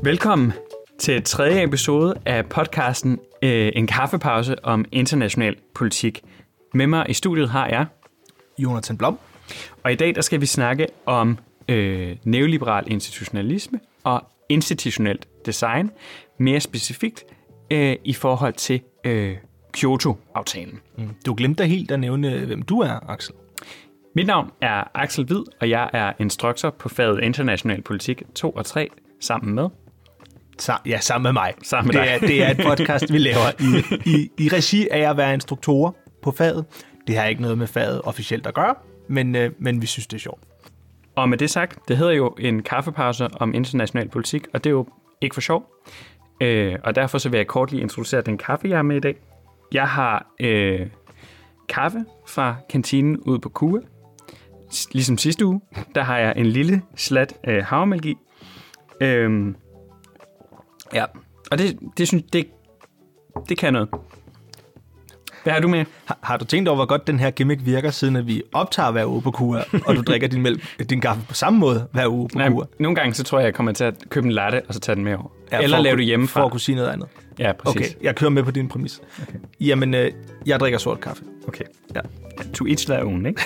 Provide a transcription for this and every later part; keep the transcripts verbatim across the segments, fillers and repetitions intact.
Velkommen til tredje episode af podcasten øh, En kaffepause om international politik. Med mig i studiet har jeg Jonathan Blom. Og i dag der skal vi snakke om øh, neoliberal institutionalisme og institutionelt design, mere specifikt øh, i forhold til øh, Kyoto-aftalen. Mm. Du glemte helt at nævne, hvem du er, Axel. Mit navn er Axel Hvid, og jeg er instructor på faget international politik to og tre sammen med... Sa- ja, sammen med mig. Sammen med det, er, det er et podcast, vi laver i, i, i regi af at være instruktorer på faget. Det har ikke noget med faget officielt at gøre, men, øh, men vi synes, det er sjovt. Og med det sagt, det hedder jo en kaffepause om international politik, og det er jo ikke for sjov. Øh, og derfor så vil jeg kort lige introducere den kaffe, jeg har med i dag. Jeg har øh, kaffe fra kantinen ude på Kua. Ligesom sidste uge, der har jeg en lille slat øh, havremælk i. Øh, ja, og det, det synes det, det kan noget. Hvad har du med? Har, har du tænkt over, hvor godt den her gimmick virker, siden at vi optager hver uge på Kua, og du drikker din, mælk, din kaffe på samme måde hver uge på Kua? Nogle gange så tror jeg, jeg kommer til at købe en latte, og så tage den med over. Ja, eller lave det hjemmefra. For at kunne sige noget andet. Ja, præcis. Okay, jeg kører med på din præmis. Okay. Jamen, øh, jeg drikker sort kaffe. Okay. Ja. To each their own, ikke?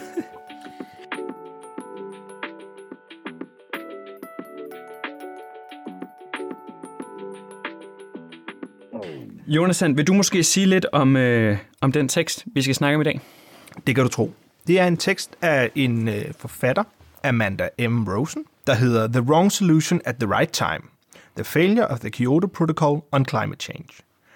Jonathan, vil du måske sige lidt om, øh, om den tekst, vi skal snakke om i dag? Det kan du tro. Det er en tekst af en øh, forfatter, Amanda M. Rosen, der hedder The Wrong Solution at the Right Time. The Failure of the Kyoto Protocol on Climate Change.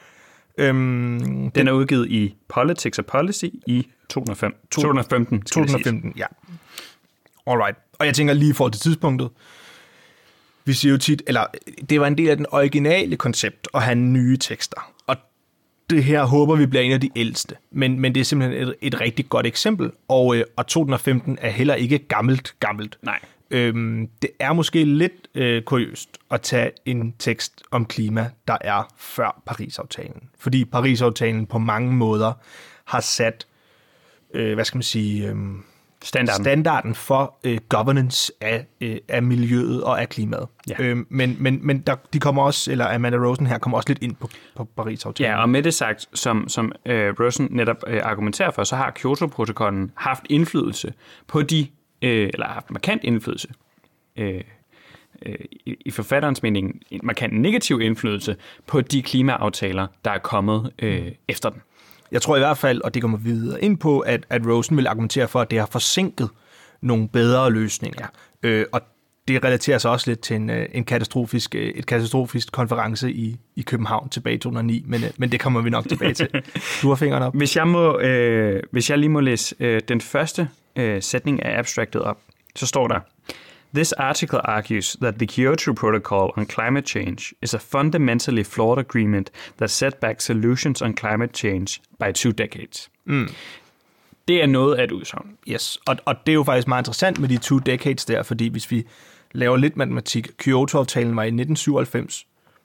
Øhm, den, den er udgivet i Politics and Policy i to tusind og fem, to tusind og femten. to tusind og femten, ja. Alright. Og jeg tænker lige for til tidspunktet, vi siger jo tit, eller det var en del af den originale koncept at have nye tekster. Og det her håber vi bliver en af de ældste. Men, men det er simpelthen et, et rigtig godt eksempel. Og, og to tusind og femten er heller ikke gammelt, gammelt. Nej. Øhm, det er måske lidt øh, kuriøst at tage en tekst om klima, der er før Paris-aftalen. Fordi Paris-aftalen på mange måder har sat, øh, hvad skal man sige... Øh, Standarden. standarden for øh, governance af, øh, af miljøet og af klimaet. Ja. Øh, men men, men der, de kommer også, eller Amanda Rosen her, kommer også lidt ind på, på Paris-aftalen. Ja, og med det sagt, som, som øh, Rosen netop øh, argumenterer for, så har Kyoto-protokollen haft indflydelse på de, øh, eller haft markant indflydelse, øh, øh, i, i forfatterens mening, en markant negativ indflydelse på de klimaaftaler, der er kommet øh, mm. efter den. Jeg tror i hvert fald, og det kommer vi videre ind på, at, at Rosen vil argumentere for, at det har forsinket nogle bedre løsninger. Ja. Øh, og det relaterer sig også lidt til en, en katastrofisk, et katastrofisk konference i, i København tilbage i to tusind og ni, men, men det kommer vi nok tilbage til. Du har fingrene op. Hvis jeg, må, øh, hvis jeg lige må læse øh, den første øh, sætning af abstractet op, så står der: This article argues that the Kyoto Protocol on climate change is a fundamentally flawed agreement that set back solutions on climate change by two decades. Mm. Det er noget af et udsagn. Yes, og, og det er jo faktisk meget interessant med de two decades der, fordi hvis vi laver lidt matematik, Kyoto-aftalen var i nitten syvoghalvfems,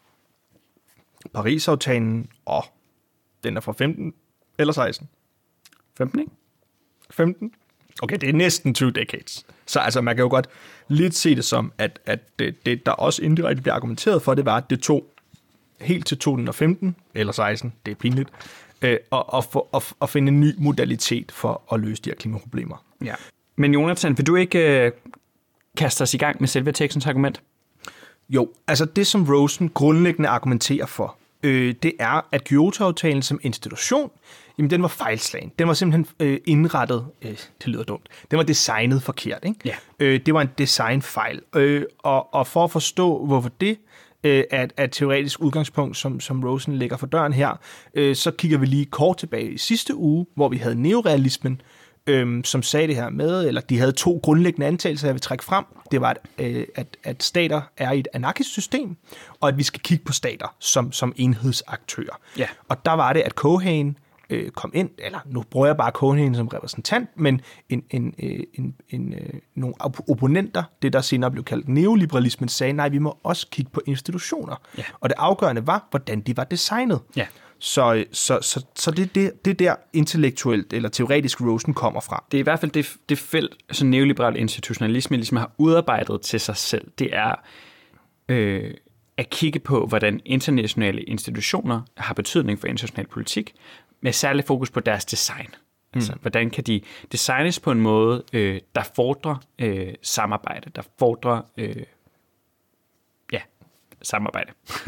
Paris-aftalen, åh, den er fra femten eller seksten? femten, ikke? femten? Okay, det er næsten two decades. Så altså, man kan jo godt lidt se det som, at, at det, det, der også indirekte bliver argumenteret for, det var, at det tog helt til to tusind og femten, eller seksten, det er pinligt, øh, og, og, for, og, og finde en ny modalitet for at løse de her klimaproblemer. Ja. Men Jonathan, vil du ikke øh, kaste os i gang med selve tekstens argument? Jo, altså det, som Rosen grundlæggende argumenterer for, øh, det er, at Kyoto-aftalen som institution, jamen den var fejlslagen. Den var simpelthen øh, indrettet, øh, det lyder dumt, den var designet forkert, ikke? Ja. Øh, det var en designfejl. Øh, og, og for at forstå, hvorfor det øh, er, et, er et teoretisk udgangspunkt, som, som Rosen lægger for døren her, øh, så kigger vi lige kort tilbage i sidste uge, hvor vi havde neorealismen, øh, som sagde det her med, eller de havde to grundlæggende antagelser, jeg vil trække frem. Det var, at, øh, at, at stater er i et anarkisk system, og at vi skal kigge på stater som, som enhedsaktører. Ja. Og der var det, at Cohen øh, kom ind, eller nu bruger jeg bare Cohen som repræsentant, men en, en, en, en, en, øh, nogle opponenter, det der senere blev kaldt neoliberalismen, sagde, nej, vi må også kigge på institutioner. Ja. Og det afgørende var, hvordan de var designet. Ja. Så, så, så, så det, det, det der intellektuelt eller teoretisk Rosen kommer fra. Det er i hvert fald det, det felt, som neoliberal institutionalisme ligesom har udarbejdet til sig selv. Det er øh, at kigge på, hvordan internationale institutioner har betydning for international politik, med særlig fokus på deres design. Mm. Altså, hvordan kan de designes på en måde, øh, der fordrer øh, samarbejde, der fordrer øh, ja, samarbejde.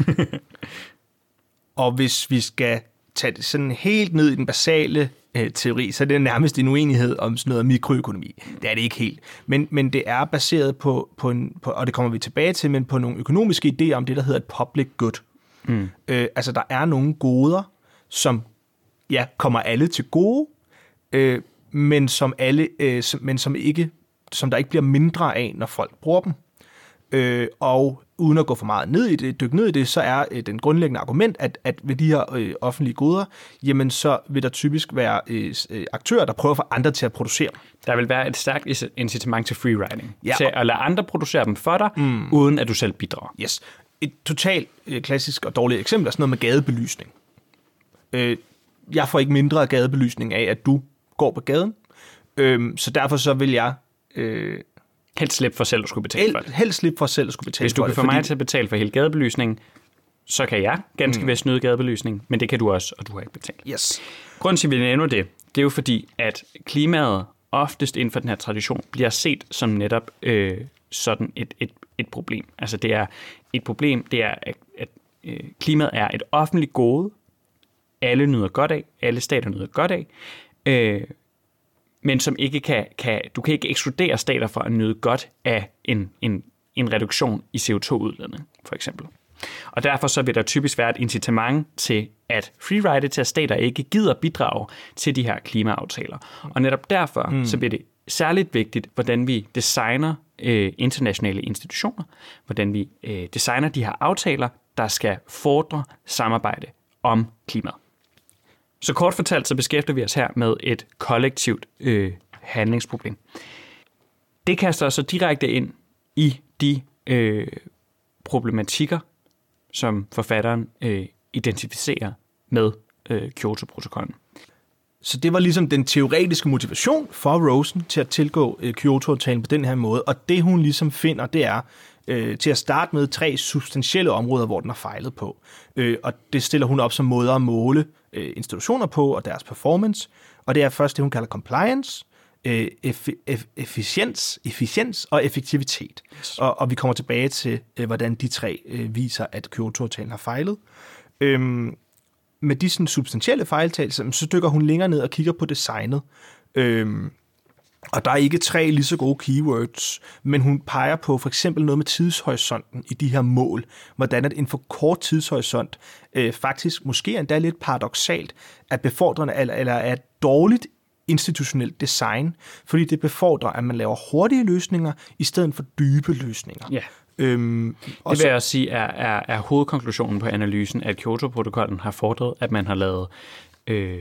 Og hvis vi skal tage det sådan helt ned i den basale øh, teori, så er det nærmest en uenighed om sådan noget mikroøkonomi. Det er det ikke helt. Men, men det er baseret på, på, en, på, og det kommer vi tilbage til, men på nogle økonomiske idéer om det, der hedder et public good. Mm. Øh, altså, der er nogle goder, som ja, kommer alle til gode, øh, men, som alle, øh, som, men som, ikke, som der ikke bliver mindre af, når folk bruger dem. Øh, og uden at gå for meget ned i det, dykke ned i det, så er øh, den grundlæggende argument, at, at ved de her øh, offentlige goder, jamen så vil der typisk være øh, aktører, der prøver at få andre til at producere. Der vil være et stærkt incitament til freeriding, ja. til at lade andre producere dem for dig, mm. uden at du selv bidrager. Yes. Et totalt øh, klassisk og dårligt eksempel er sådan noget med gadebelysning. Øh, jeg får ikke mindre af gadebelysning af, at du går på gaden, øh, så derfor så vil jeg... Øh, Helst slippe for selv at skulle betale for det. Helst slippe for selv at skulle betale for det. Hvis du kan få fordi... mig til at betale for hele gadebelysningen, så kan jeg ganske mm. vist snyde gadebelysningen, men det kan du også, og du har ikke betalt. Yes. Grunden til, at vi nævner det, det er jo fordi, at klimaet oftest inden for den her tradition bliver set som netop øh, sådan et, et, et problem. Altså det er et problem, det er, at, at øh, klimaet er et offentligt gode, alle nyder godt af, alle stater nyder godt af, øh, men som ikke kan, kan, du kan ikke ekskludere stater fra at nyde godt af en, en, en reduktion i C O to udledning, for eksempel. Og derfor så vil der typisk være et incitament til at freeride, til at stater ikke gider bidrage til de her klimaaftaler. Og netop derfor mm. så bliver det særligt vigtigt, hvordan vi designer øh, internationale institutioner, hvordan vi øh, designer de her aftaler, der skal fordre samarbejde om klimaet. Så kort fortalt, så beskæftiger vi os her med et kollektivt øh, handlingsproblem. Det kaster os så direkte ind i de øh, problematikker, som forfatteren øh, identificerer med øh, Kyoto-protokollen. Så det var ligesom den teoretiske motivation for Rosen til at tilgå øh, Kyoto-aftalen på den her måde, og det hun ligesom finder, det er øh, til at starte med tre substantielle områder, hvor den har fejlet på. Øh, og det stiller hun op som måder at måle øh, institutioner på og deres performance, og det er først det, hun kalder compliance, øh, eff- eff- efficiens, efficiens og effektivitet. Yes. Og, og vi kommer tilbage til, øh, hvordan de tre øh, viser, at Kyoto-aftalen har fejlet. Øhm, med de sådan, substantielle fejltagelser, så dykker hun længere ned og kigger på designet. Øhm, og der er ikke tre lige så gode keywords, men hun peger på for eksempel noget med tidshorisonten i de her mål. Hvordan at en for kort tidshorisont øh, faktisk måske endda lidt paradoksalt er befordrende eller, eller er et dårligt institutionelt design, fordi det befordrer, at man laver hurtige løsninger i stedet for dybe løsninger. Ja. Øhm, det vil jeg også sige er, er, er hovedkonklusionen på analysen, at Kyoto-protokollen har fordret, at man har lavet øh,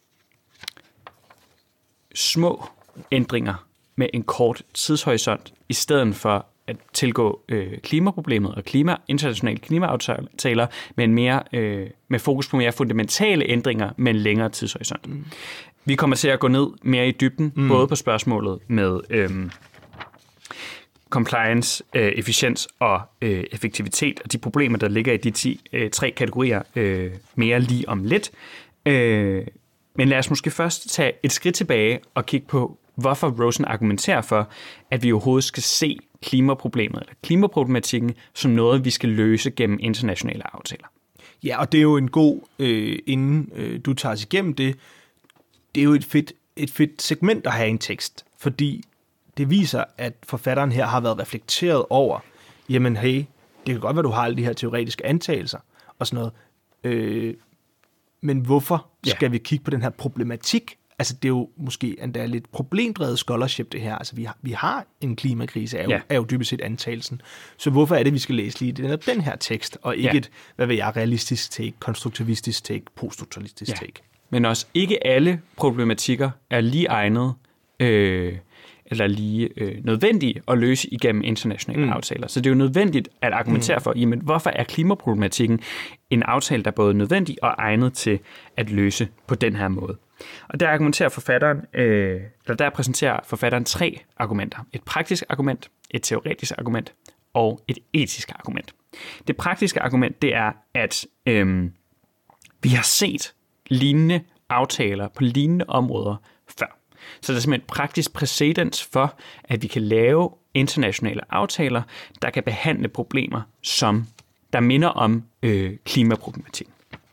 små ændringer med en kort tidshorisont, i stedet for at tilgå øh, klimaproblemet og klima, internationale klimaaftaler med, en mere, øh, med fokus på mere fundamentale ændringer med en længere tidshorisont. Mm. Vi kommer til at gå ned mere i dybden, mm. både på spørgsmålet med øh, compliance, øh, efficiens og øh, effektivitet, og de problemer, der ligger i de ti, øh, tre kategorier, øh, mere lige om lidt. Øh, men lad os måske først tage et skridt tilbage og kigge på, hvorfor Rosen argumenterer for, at vi overhovedet skal se klimaproblemet eller klimaproblematikken som noget, vi skal løse gennem internationale aftaler. Ja, og det er jo en god, øh, inden øh, du tager os igennem det, det er jo et fedt, et fedt segment at have i en tekst, fordi det viser, at forfatteren her har været reflekteret over, jamen hey, det kan godt være, du har alle de her teoretiske antagelser og sådan noget, øh, men hvorfor ja. skal vi kigge på den her problematik? Altså det er jo måske endda lidt problemdrevet scholarship det her, altså vi har, vi har en klimakrise, er jo, ja. er jo dybest set antagelsen, så hvorfor er det, vi skal læse lige den, den her tekst, og ikke ja. et, hvad ved jeg, realistisk take, konstruktivistisk take, poststrukturalistisk ja. take. Men også ikke alle problematikker er lige egnet, øh, eller lige øh, nødvendige at løse igennem internationale mm. aftaler. Så det er jo nødvendigt at argumentere mm. for, jamen, hvorfor er klimaproblematikken en aftale, der er både nødvendig og egnet til at løse på den her måde. Og der argumenterer forfatteren, øh, eller der præsenterer forfatteren tre argumenter. Et praktisk argument, et teoretisk argument og et etisk argument. Det praktiske argument, det er, at øhm, vi har set lignende aftaler på lignende områder før. Så der er simpelthen praktisk præcedens for, at vi kan lave internationale aftaler, der kan behandle problemer, som der minder om øh, klimaproblematik.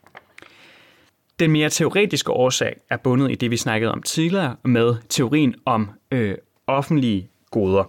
Den mere teoretiske årsag er bundet i det, vi snakkede om tidligere med teorien om øh, offentlige goder.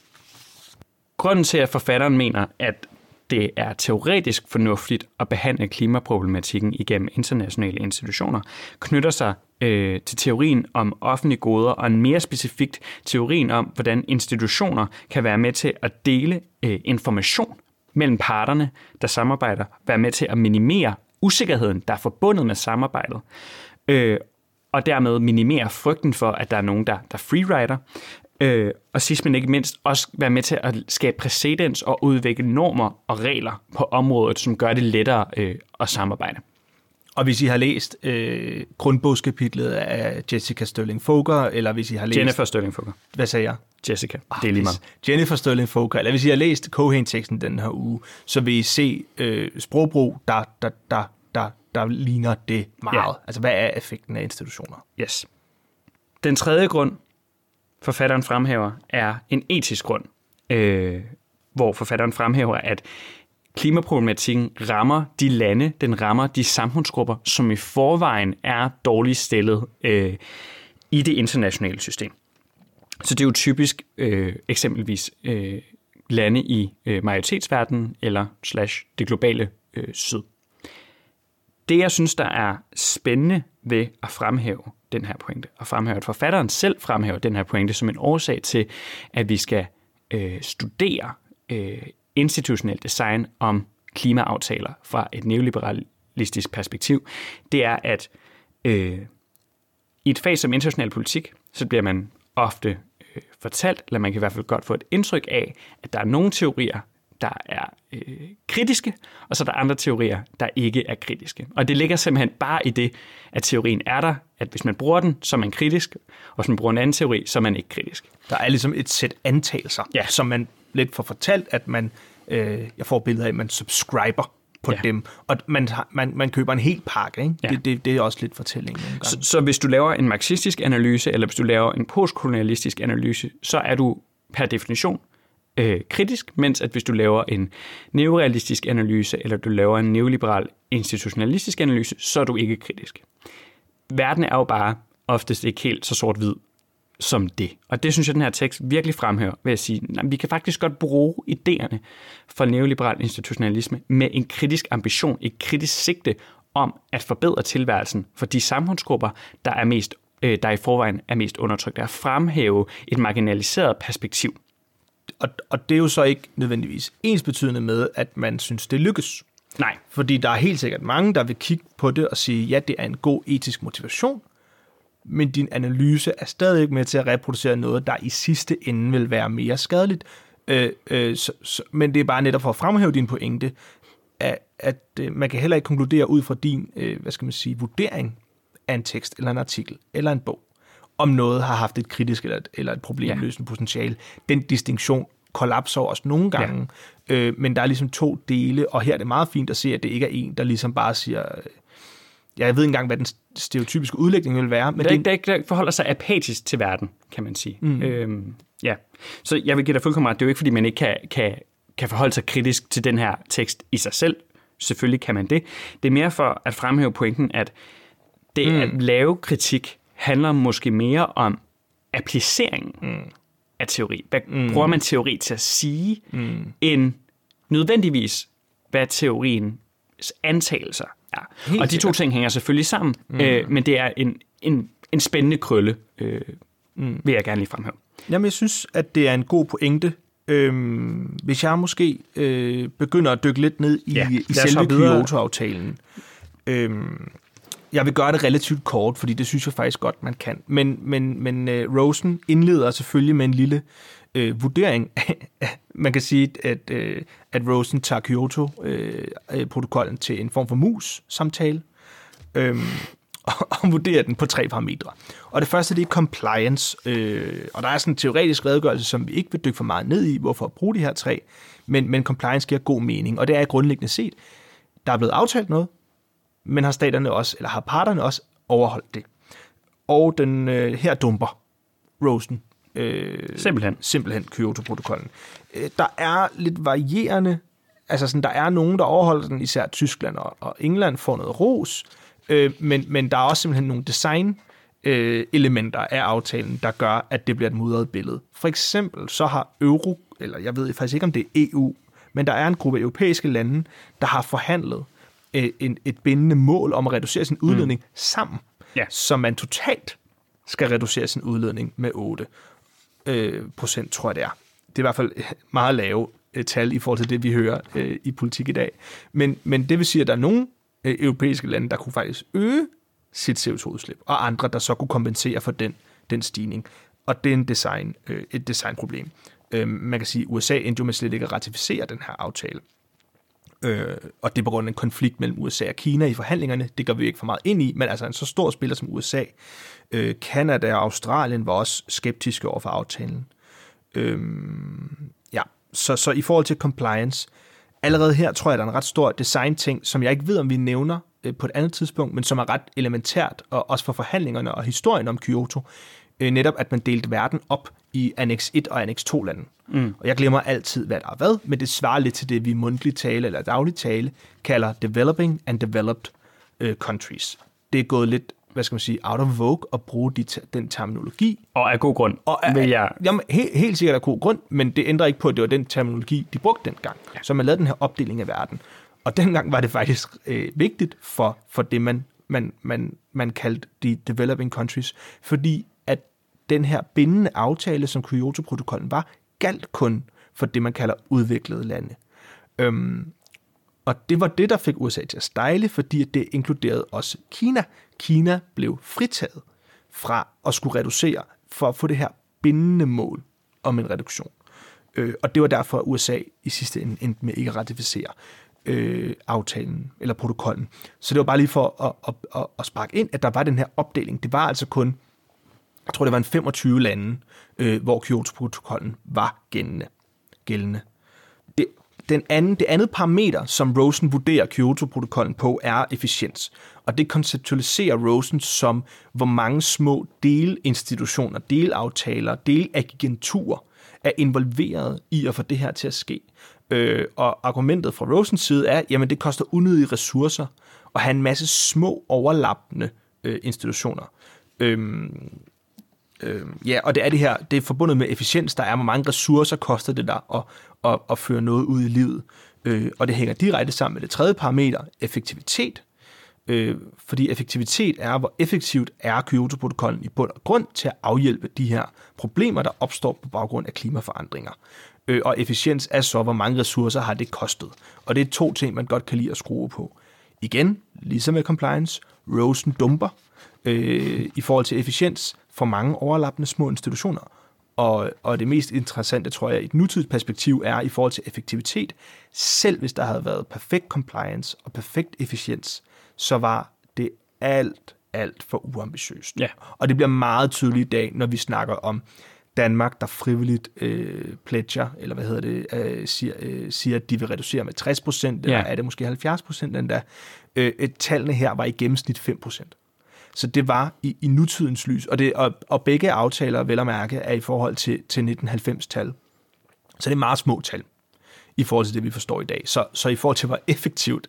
Grunden til, at forfatteren mener, at det er teoretisk fornuftigt at behandle klimaproblematikken igennem internationale institutioner, knytter sig øh, til teorien om offentlige goder, og en mere specifikt teorien om, hvordan institutioner kan være med til at dele øh, information mellem parterne, der samarbejder, være med til at minimere usikkerheden, der er forbundet med samarbejdet, øh, og dermed minimere frygten for, at der er nogen, der, der freerider, øh, og sidst men ikke mindst også være med til at skabe præcedens og udvikle normer og regler på området, som gør det lettere øh, at samarbejde. Og hvis I har læst øh, grundbogskapitlet af Jessica Sterling Foger, eller hvis I har læst... Jennifer Sterling Foger. Hvad sagde jeg? Jessica. Ah, det er lige meget. Jennifer Sterling Foger, eller hvis I har læst Cohen-teksten den her uge, så vil I se øh, sprogbrug, der, der, der, der, der ligner det meget. Ja. Altså, hvad er effekten af institutioner? Yes. Den tredje grund, forfatteren fremhæver, er en etisk grund, øh, hvor forfatteren fremhæver, at klimaproblematikken rammer de lande, den rammer de samfundsgrupper, som i forvejen er dårligt stillet øh, i det internationale system. Så det er jo typisk øh, eksempelvis øh, lande i øh, majoritetsverdenen eller slash det globale øh, syd. Det, jeg synes, der er spændende ved at fremhæve den her pointe, og fremhæve, at forfatteren selv fremhæver den her pointe som en årsag til, at vi skal øh, studere øh, institutionelt design om klimaaftaler fra et neoliberalistisk perspektiv, det er, at øh, i et fag som international politik, så bliver man ofte øh, fortalt, eller man kan i hvert fald godt få et indtryk af, at der er nogle teorier, der er øh, kritiske, og så er der andre teorier, der ikke er kritiske. Og det ligger simpelthen bare i det, at teorien er der, at hvis man bruger den, så er man kritisk, og hvis man bruger en anden teori, så er man ikke kritisk. Der er ligesom et sæt antagelser, ja. som man lidt får fortalt, at man, øh, jeg får billeder af, at man subscriber på ja. dem, og man, man, man køber en hel pakke, ikke? Ja. Det, det, det er også lidt fortælling nogle gange. Så, så hvis du laver en marxistisk analyse, eller hvis du laver en postkolonialistisk analyse, så er du per definition øh, kritisk, mens at hvis du laver en neorealistisk analyse, eller du laver en neoliberal institutionalistisk analyse, så er du ikke kritisk. Verden er jo bare oftest ikke helt så sort-hvid som det. Og det synes jeg, den her tekst virkelig fremhæver ved at sige, at vi kan faktisk godt bruge idéerne fra neoliberal institutionalisme med en kritisk ambition, et kritisk sigte om at forbedre tilværelsen for de samfundsgrupper, der er mest, øh, der i forvejen er mest undertrykt, at fremhæve et marginaliseret perspektiv. Og, og det er jo så ikke nødvendigvis ensbetydende med, at man synes, det lykkes. Nej. Fordi der er helt sikkert mange, der vil kigge på det og sige, ja, det er en god etisk motivation, men din analyse er stadig ikke med til at reproducere noget, der i sidste ende vil være mere skadeligt. Øh, øh, så, så, men det er bare netop for at fremhæve din pointe, at, at øh, man kan heller ikke konkludere ud fra din, øh, hvad skal man sige, vurdering af en tekst, eller en artikel, eller en bog, om noget har haft et kritisk eller et, eller et problemløsende ja. potentiale. Den distinktion kollapser også nogle gange, ja. øh, men der er ligesom to dele, og her er det meget fint at se, at det ikke er en, der ligesom bare siger... Jeg ved ikke engang, hvad den stereotypiske udlægning vil være. Men det, det, det forholder sig apatisk til verden, kan man sige. Mm. Øhm, ja. Så jeg vil give dig fuldkommen ret. Det er jo ikke, fordi man ikke kan, kan, kan forholde sig kritisk til den her tekst i sig selv. Selvfølgelig kan man det. Det er mere for at fremhæve pointen, at det mm. at lave kritik handler måske mere om appliceringen mm. af teori. Hvad mm. bruger man teori til at sige, mm. end nødvendigvis, hvad teoriens antagelser ja. Og de to sikkert. ting hænger selvfølgelig sammen, mm. øh, men det er en, en, en spændende krølle, øh, mm. vil jeg gerne lige fremhæve. Jamen, jeg synes, at det er en god pointe. Øhm, hvis jeg måske øh, begynder at dykke lidt ned i, ja, i selve Kyoto-aftalen. Øhm, jeg vil gøre det relativt kort, fordi det synes jeg faktisk godt, man kan. Men, men, men uh, Rosen indleder selvfølgelig med en lille øh, vurdering. Man kan sige, at, øh, at Rosen tager Kyoto-protokollen øh, til en form for mus-samtale. Øhm, og, og vurderer den på tre parametre. Og det første, det er compliance, øh, og der er sådan en teoretisk redegørelse, som vi ikke vil dykke for meget ned i, hvorfor at bruge de her tre, men, men compliance giver god mening, og det er grundlæggende set, der er blevet aftalt noget, men har staterne også, eller har parterne også overholdt det. Og den øh, her dumper Rosen øh, simpelthen, simpelthen Kyoto-protokollen. Øh, der er lidt varierende, altså sådan, der er nogen, der overholder den, især Tyskland og, og England får noget ros, øh, men, men der er også simpelthen nogle design øh, elementer af aftalen, der gør, at det bliver et mudret billede. For eksempel så har Euro, eller jeg ved faktisk ikke, om det er E U, men der er en gruppe europæiske lande, der har forhandlet øh, en, et bindende mål om at reducere sin udledning mm. sammen, ja. Så man totalt skal reducere sin udledning med otte øh, procent, tror jeg det er. Det er i hvert fald meget lave øh, tal i forhold til det, vi hører øh, i politik i dag. Men, men det vil sige, at der er nogle øh, europæiske lande, der kunne faktisk øge sit C O to udslip, og andre, der så kunne kompensere for den, den stigning. Og det er en design, øh, et designproblem. Øh, man kan sige, at U S A endte jo med slet ikke at ratificere den her aftale. Øh, og det er på grund af en konflikt mellem U S A og Kina i forhandlingerne. Det går vi ikke for meget ind i, men altså en så stor spiller som U S A, øh, Canada og Australien var også skeptiske over for aftalen. Øh, ja, så, så i forhold til compliance, allerede her tror jeg, der er en ret stor design-ting, som jeg ikke ved, om vi nævner øh, på et andet tidspunkt, men som er ret elementært, og også for forhandlingerne og historien om Kyoto, øh, netop at man delte verden op i Annex et og Annex to lande. Mm. Og jeg glemmer altid, hvad der er hvad, men det svarer lidt til det, vi mundtligt tale eller dagligt tale kalder developing and developed uh, countries. Det er gået lidt, hvad skal man sige, out of vogue at bruge de, den terminologi. Og af god grund, og er, vil jeg... Jamen, helt, helt sikkert af god grund, men det ændrer ikke på, at det var den terminologi, de brugte dengang. Ja. Så man lavede den her opdeling af verden. Og dengang var det faktisk øh, vigtigt for, for det, man, man, man, man kaldte de developing countries, fordi at den her bindende aftale, som Kyoto-protokollen var, galt kun for det, man kalder udviklede lande. Øhm, og det var det, der fik U S A til at stejle, fordi det inkluderede også Kina. Kina blev fritaget fra at skulle reducere for at få det her bindende mål om en reduktion. Øh, og det var derfor, at U S A i sidste ende endte med ikke at ratificere øh, aftalen eller protokollen. Så det var bare lige for at, at, at, at sparke ind, at der var den her opdeling. Det var altså kun, jeg tror, det var en femogtyve lande, øh, hvor Kyoto-protokollen var gældende. gældende. Det, den anden, det andet parameter, som Rosen vurderer Kyoto-protokollen på, er efficiens. Og det konceptualiserer Rosen som, hvor mange små delinstitutioner, delaftaler, delagenturer er involveret i at få det her til at ske. Øh, og argumentet fra Rosens side er, jamen det koster unødige ressourcer at have en masse små overlappende øh, institutioner. Øh, Øh, ja, og det er det her, det er forbundet med efficiens, der er, hvor mange ressourcer koster det der at, at, at føre noget ud i livet. Øh, og det hænger direkte sammen med det tredje parameter, effektivitet. Øh, fordi effektivitet er, hvor effektivt er Kyoto-protokollen i bund og grund til at afhjælpe de her problemer, der opstår på baggrund af klimaforandringer. Øh, og efficiens er så, hvor mange ressourcer har det kostet. Og det er to ting, man godt kan lide at skrue på. Igen, ligesom med compliance, Rosen dumper øh, i forhold til efficiens for mange overlappende små institutioner. Og, og det mest interessante, tror jeg, i et nutidigt perspektiv er i forhold til effektivitet. Selv hvis der havde været perfekt compliance og perfekt efficiens, så var det alt, alt for uambitiøst. Ja. Og det bliver meget tydeligt i dag, når vi snakker om Danmark, der frivilligt øh, pledger, eller hvad hedder det, øh, siger, øh, siger, at de vil reducere med tres procent, eller ja. er det måske halvfjerds procent endda. Øh, tallene her var i gennemsnit fem procent. Så det var i, i nutidens lys, og, det, og, og begge aftaler, vel at mærke, er i forhold til, til nitten halvfems-tal. Så det er meget små tal i forhold til det, vi forstår i dag. Så, så i forhold til, hvor effektivt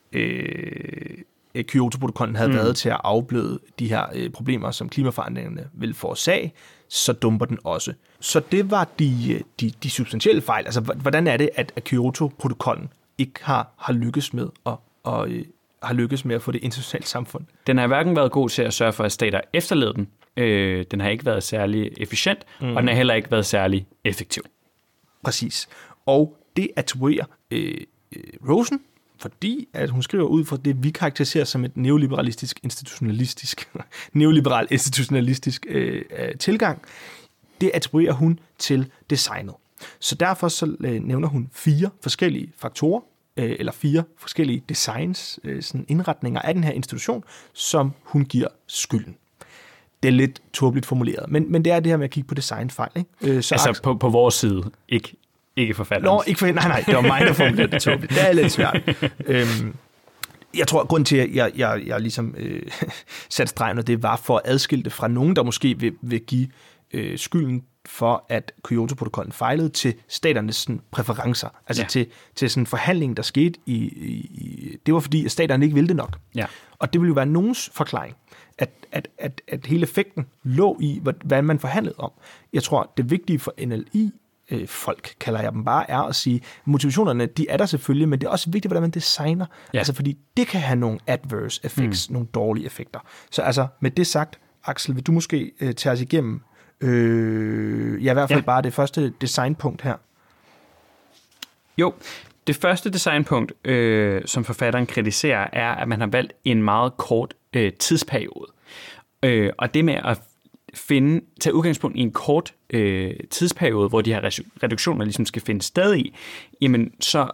øh, Kyoto-protokollen havde mm. været til at afbløde de her øh, problemer, som klimaforandringerne vil forårsage, så dumper den også. Så det var de, de, de substantielle fejl. Altså, hvordan er det, at, at Kyoto-protokollen ikke har, har lykkes med at, og, øh, har lykkes med at få det internationale samfund? Den har hverken været god til at sørge for, at stater efterleder den. Øh, den har ikke været særlig efficient, mm. og den har heller ikke været særlig effektiv. Præcis. Og det attribuerer øh, Rosen, fordi at hun skriver ud fra det, vi karakteriserer som et neoliberalistisk, institutionalistisk, neoliberal institutionalistisk øh, tilgang. Det attribuerer hun til designet. Så derfor så øh, nævner hun fire forskellige faktorer, øh, eller fire forskellige designs, øh, sådan indretninger af den her institution, som hun giver skylden. Det er lidt tåbeligt formuleret, men, men det er det her med at kigge på designfejl. Ikke? Øh, så altså aks- på, på vores side, ikke, ikke forfatterens. Nå, ikke for, nej, nej, det var mig, der formulerede det tåbeligt. Det er lidt svært. øhm, jeg tror, at grunden til, at jeg, jeg, jeg ligesom øh, satte stregen, og det var for at adskille det fra nogen, der måske vil, vil give øh, skylden for, at Kyoto-protokollen fejlede til staternes sådan, præferencer. Altså ja. til, til sådan en forhandling, der skete i, i... Det var fordi, at staterne ikke ville det nok. Ja. Og det ville jo være nogens forklaring, at, at, at, at hele effekten lå i, hvad man forhandlede om. Jeg tror, det vigtige for N L I, øh, folk kalder jeg dem bare, er at sige, motivationerne, de er der selvfølgelig, men det er også vigtigt, hvordan man designer. Ja. Altså, fordi det kan have nogle adverse effects, mm. nogle dårlige effekter. Så altså, med det sagt, Axel, vil du måske øh, tage os igennem Øh, ja, i hvert fald ja. bare det første designpunkt her. Jo, det første designpunkt, øh, som forfatteren kritiserer, er, at man har valgt en meget kort øh, tidsperiode. Øh, og det med at finde, tage udgangspunkt i en kort øh, tidsperiode, hvor de her reduktioner ligesom skal finde sted i, jamen så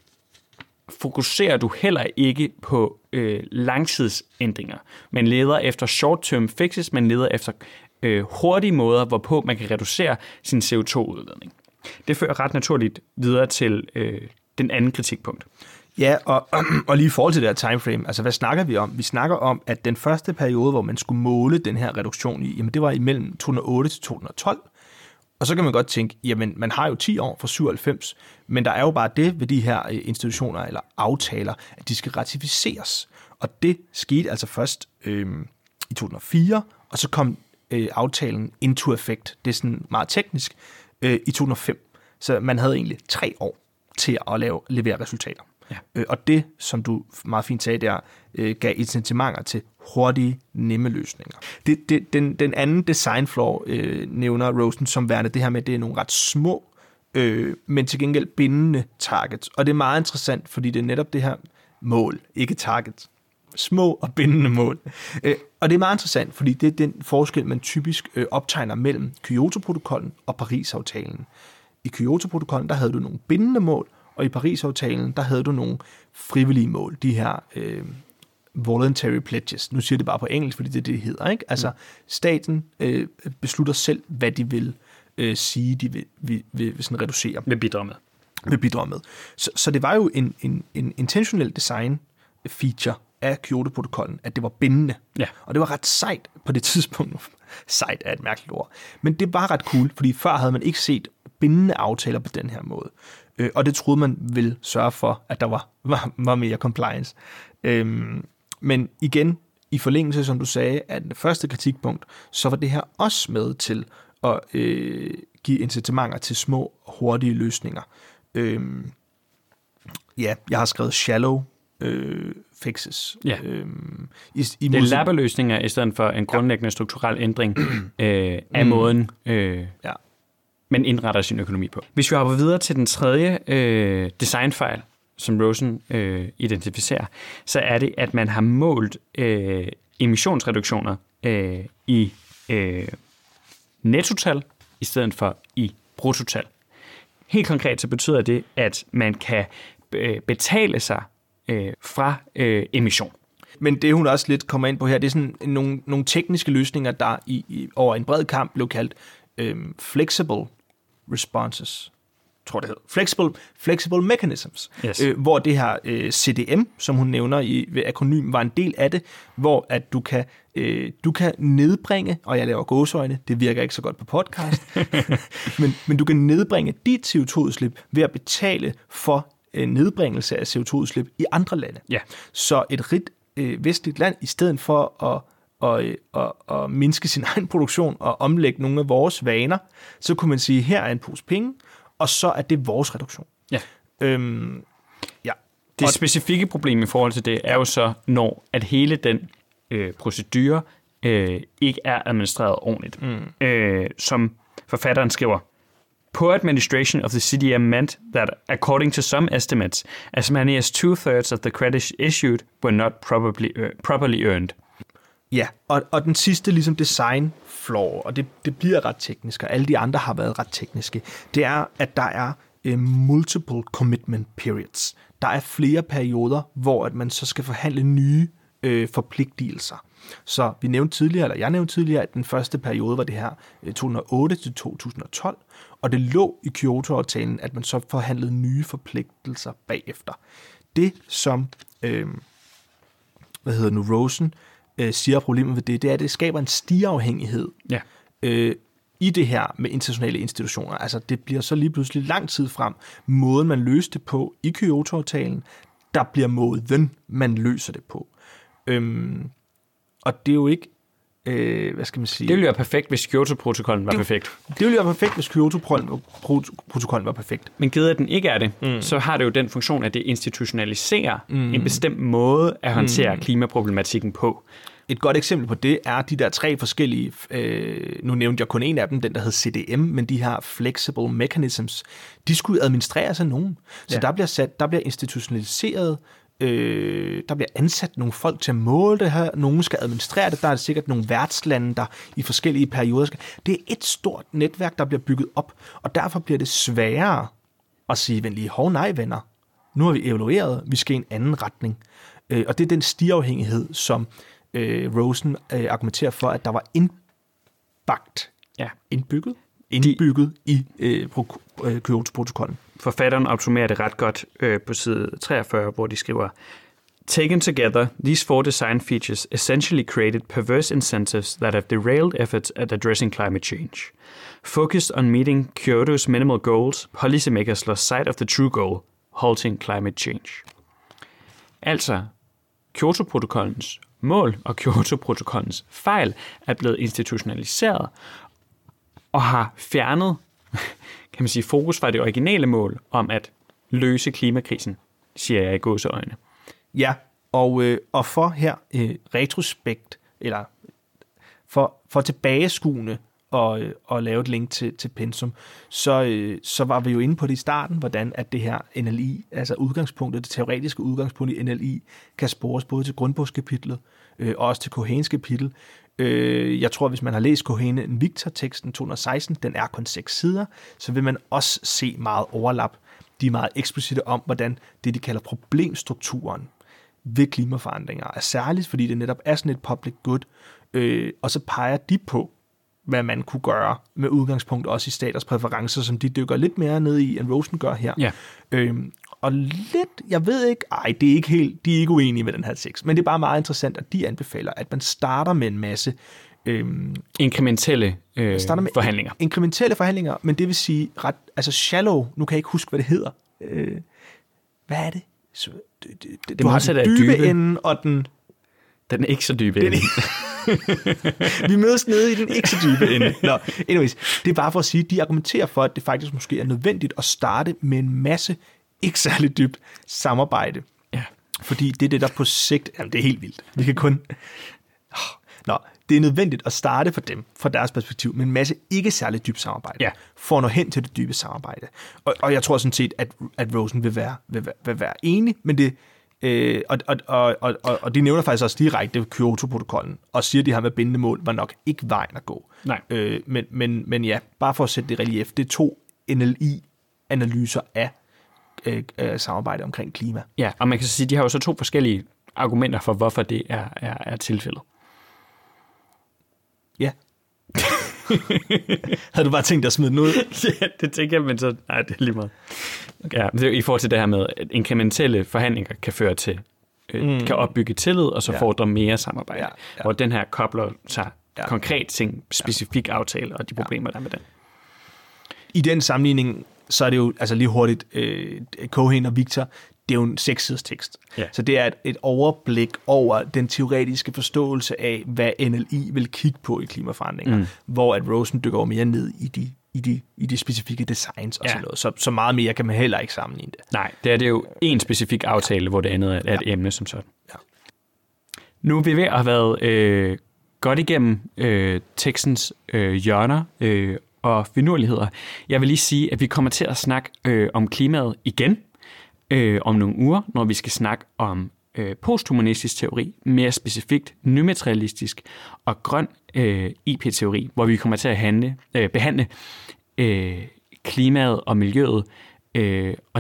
fokuserer du heller ikke på øh, langtidsændringer. Man leder efter short-term fixes, man leder efter øh, hurtige måder, hvorpå man kan reducere sin C O to udledning. Det fører ret naturligt videre til øh, den anden kritikpunkt. Ja, og, og lige i forhold til det her timeframe, altså hvad snakker vi om? Vi snakker om, at den første periode, hvor man skulle måle den her reduktion i, jamen det var imellem to tusind og otte til to tusind og tolv. Og så kan man godt tænke, jamen man har jo ti år fra syvoghalvfems, men der er jo bare det ved de her institutioner eller aftaler, at de skal ratificeres. Og det skete altså først øh, i to tusind og fire, og så kom øh, aftalen into effect, det er sådan meget teknisk, øh, i to tusind og fem. Så man havde egentlig tre år til at lave, levere resultater. Ja. Øh, og det, som du meget fint sagde der, øh, gav incitamenter til hurtige, nemme løsninger. Det, det, den, den anden design flaw øh, nævner Rosen som værende det her med, at det er nogle ret små, øh, men til gengæld bindende targets. Og det er meget interessant, fordi det er netop det her mål, ikke targets. Små og bindende mål. Øh, og det er meget interessant, fordi det er den forskel, man typisk øh, optegner mellem Kyoto-protokollen og Paris-aftalen. I Kyoto-protokollen, der havde du nogle bindende mål, og i Paris-aftalen, der havde du nogle frivillige mål, de her øh, voluntary pledges. Nu siger jeg det bare på engelsk, fordi det er det, det hedder. Ikke? Altså, staten øh, beslutter selv, hvad de vil øh, sige, de vil, vil, vil, vil sådan reducere. Vil bidrage med. Vil bidrage med. Så, så det var jo en, en, en intentionel design feature af Kyoto-protokollen, at det var bindende. Ja. Og det var ret sejt på det tidspunkt. Sejt er et mærkeligt ord. Men det var ret cool, fordi før havde man ikke set bindende aftaler på den her måde. Øh, og det troede man ville sørge for, at der var, var, var mere compliance. Øhm, men igen, i forlængelse, som du sagde, af det første kritikpunkt, så var det her også med til at øh, give incitamenter til små, hurtige løsninger. Øhm, ja, jeg har skrevet shallow øh, fixes. Ja. Øhm, i, i det er lappeløsninger i stedet for en grundlæggende ja. strukturel ændring øh, af mm. måden, øh, ja. man indretter sin økonomi på. Hvis vi hopper videre til den tredje øh, designfejl, som Rosen øh, identificerer, så er det, at man har målt øh, emissionsreduktioner øh, i øh, nettotal i stedet for i bruttotal. Helt konkret så betyder det, at man kan øh, betale sig øh, fra øh, emission. Men det, hun også lidt kommer ind på her, det er sådan nogle, nogle tekniske løsninger, der i, i, over en bred kamp blev kaldt øh, flexible responses. Tror det hedder. Flexible, flexible mechanisms. Yes. Øh, hvor det her øh, C D M, som hun nævner i ved akronym, var en del af det, hvor at du kan, øh, du kan nedbringe, og jeg laver gåseøjne, det virker ikke så godt på podcast, men, men du kan nedbringe dit C O to udslip ved at betale for øh, nedbringelse af C O to udslip i andre lande. Yeah. Så et rigt øh, vestligt land, i stedet for at Og, og, og mindske sin egen produktion og omlægge nogle af vores vaner, så kunne man sige, her er en pose penge, og så er det vores reduktion. Ja. Øhm, ja. Det specifikke problem i forhold til det er jo så, når at hele den øh, procedure øh, ikke er administreret ordentligt. Mm. Øh, som forfatteren skriver, Poor administration of the C D M meant that, according to some estimates, as many as two-thirds of the credits issued were not properly, uh, properly earned. Ja, og, og den sidste ligesom design flaw, og det, det bliver ret teknisk, og alle de andre har været ret tekniske, det er, at der er uh, multiple commitment periods. der er flere perioder, hvor at man så skal forhandle nye øh, forpligtelser. Så vi nævnte tidligere, eller jeg nævnte tidligere, at den første periode var det her to tusind og otte til to tusind og tolv, og det lå i Kyoto-aftalen, at man så forhandlede nye forpligtelser bagefter. Det, som øh, hvad hedder nu, Rosen øh, siger problemet ved det, det er, at det skaber en stigeafhængighed ja. øh, i det her med internationale institutioner. Altså, det bliver så lige pludselig lang tid frem. Måden, man løste det på i Kyoto-aftalen, der bliver måden, man løser det på. Øhm, og det er jo ikke, øh, hvad skal man sige... Det ville være perfekt, hvis Kyoto-protokollen var det, perfekt. Det ville være perfekt, hvis Kyoto-protokollen var perfekt. Men givet at den ikke er det, mm. så har det jo den funktion, at det institutionaliserer mm. en bestemt måde at håndtere mm. klimaproblematikken på. Et godt eksempel på det er de der tre forskellige, øh, nu nævnte jeg kun en af dem, den der hed C D M, men de her flexible mechanisms, de skulle administreres af nogen. Så ja. der bliver sat, der bliver institutionaliseret, øh, der bliver ansat nogle folk til at måle det her, nogen skal administrere det, der er sikkert nogle værtslande, der i forskellige perioder skal. Det er et stort netværk, der bliver bygget op, og derfor bliver det sværere at sige, vent lige, hov nej venner, nu har vi evalueret, vi skal i en anden retning. Øh, og det er den stigeafhængighed, som Rosen øh, argumenterer for, at der var indbagt, ja. indbygget, indbygget De, i øh, øh, Kyoto-protokollen. Forfatteren opsummerer det ret godt øh, på side treogfyrre, hvor de skriver, Taken together, these four design features essentially created perverse incentives that have derailed efforts at addressing climate change. Focused on meeting Kyoto's minimal goals, policymakers lost sight of the true goal, halting climate change. Altså, Kyoto-protokollens mål og Kyoto-protokollens fejl er blevet institutionaliseret og har fjernet, kan man sige, fokus fra det originale mål om at løse klimakrisen, siger jeg i gåseøjne. Ja, og, øh, og for her øh, retrospekt, eller for, for tilbageskuende og, øh, og lave et link til, til pensum, så, øh, så var vi jo inde på det i starten, hvordan at det her N L I, altså udgangspunktet, det teoretiske udgangspunkt i N L I, kan spores både til grundbogskapitlet øh, og også til Cohens kapitel. Øh, jeg tror, hvis man har læst Cohen Invicta-teksten to tusind og seksten, den er kun seks sider, så vil man også se meget overlap. De er meget eksplicite om, hvordan det, de kalder problemstrukturen ved klimaforandringer, er særligt, fordi det netop er sådan et public good, øh, og så peger de på, hvad man kunne gøre med udgangspunkt også i staters præferencer, som de dykker lidt mere ned i, end Rosen gør her. Ja. Øhm, og lidt, jeg ved ikke, ej, det er ikke helt, de er ikke uenige med den her tekst, men det er bare meget interessant, at de anbefaler, at man starter med en masse øhm, inkrementelle øh, med forhandlinger. In- inkrementelle forhandlinger, men det vil sige ret, altså shallow, nu kan jeg ikke huske, hvad det hedder. Øh, hvad er det? Så, det, det, det du har den dybe, dybe ende, og den... Den er ikke så dybe ende. Vi mødes nede i den ikke så dybe ende. Nå, anyways, det er bare for at sige, at de argumenterer for, at det faktisk måske er nødvendigt at starte med en masse ikke særlig dybt samarbejde. Ja. Fordi det er det, der på sigt... Jamen, det er helt vildt. Vi kan kun... Nå, det er nødvendigt at starte for dem, fra deres perspektiv, med en masse ikke særlig dybt samarbejde, ja. for at nå hen til det dybe samarbejde. Og, og jeg tror sådan set, at, at Rosen vil være, vil, vil være enig, men det... Øh, og, og, og, og, og de nævner faktisk også direkte Kyoto-protokollen, og siger, at de her med bindende mål var nok ikke vejen at gå. Nej. Øh, men, men, men ja, bare for at sætte det i relief, det er to N L I-analyser af øh, øh, samarbejde omkring klima. Ja, og man kan så sige, at de har jo så to forskellige argumenter for, hvorfor det er, er, er tilfældet. Ja. Havde du bare tænkt dig at smide den ud? Ja, det tænker jeg, men så... Nej, det er lige meget. Okay. Ja, i forhold til det her med, at inkrementelle forhandlinger kan føre til, øh, mm. kan opbygge tillid, og så ja. fordre mere samarbejde. Ja, ja. Hvor den her kobler sig ja. konkret ting, specifik ja. aftale, og de problemer, ja. der er med den. I den sammenligning, så er det jo altså lige hurtigt, øh, Cohen og Victor, det er jo en sekssiders tekst. Ja. Så det er et, et overblik over den teoretiske forståelse af, hvad N L I vil kigge på i klimaforandringer, mm. hvor at Rosen dykker mere ned i de, i de, i de specifikke designs og ja. sådan noget. Så, så meget mere kan man heller ikke sammenligne det. Nej, det er det jo en specifik aftale, ja. hvor det andet er et ja. emne som sådan. Ja. Nu er vi ved at have været øh, godt igennem øh, tekstens øh, hjørner øh, og finurligheder. Jeg vil lige sige, at vi kommer til at snakke øh, om klimaet igen, Øh, om nogle uger, når vi skal snakke om øh, posthumanistisk teori, mere specifikt nymaterialistisk og grøn øh, I P-teori, hvor vi kommer til at handle, øh, behandle øh, klimaet og miljøet øh, og de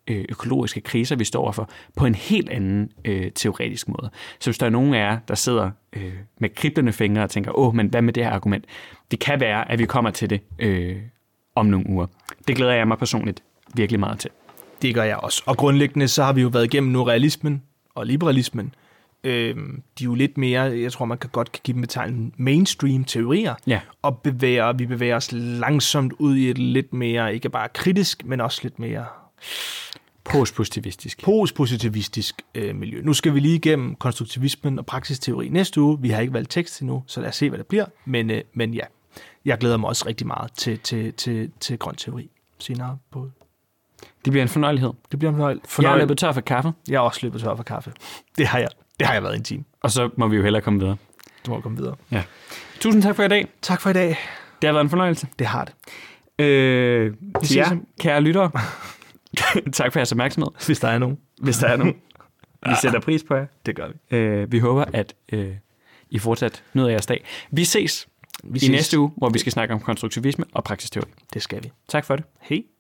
øh, økologiske kriser, vi står overfor, på en helt anden øh, teoretisk måde. Så hvis der er nogen af jer, der sidder øh, med kriblende fingre og tænker, åh, men hvad med det her argument? Det kan være, at vi kommer til det øh, om nogle uger. Det glæder jeg mig personligt virkelig meget til. Det gør jeg også. Og grundlæggende så har vi jo været igennem nu realismen og liberalismen. Øhm, de er jo lidt mere, jeg tror man kan godt kan give dem betegnet mainstream teorier, ja. og bevæger, vi bevæger os langsomt ud i et lidt mere, ikke bare kritisk, men også lidt mere postpositivistisk, postpositivistisk øh, miljø. Nu skal vi lige igennem konstruktivismen og praksisteori næste uge. Vi har ikke valgt tekst endnu, så lad os se, hvad det bliver. Men, øh, men ja, jeg glæder mig også rigtig meget til, til, til, til grøn teori senere på. Det bliver en fornøjelighed. Det bliver en fornøjelighed. Jeg har løbet tør for kaffe. Jeg har også løbet tør for kaffe. Det har jeg. Det har jeg været en time. Og så må vi jo hellere komme videre. Du må komme videre. Ja. Tusind tak for i dag. Tak for i dag. Det har været en fornøjelse. Det har det. Øh, til jer, kære lyttere. Tak for jeres opmærksomhed. Hvis der er nogen. Hvis der er nogen. Vi sætter pris på jer. Det gør vi. Øh, vi håber, at øh, I fortsat nyder jeres dag. Vi ses, vi ses i næste uge, hvor vi skal snakke om konstruktivisme og praksisteori. Det skal vi. Tak for det. Hej.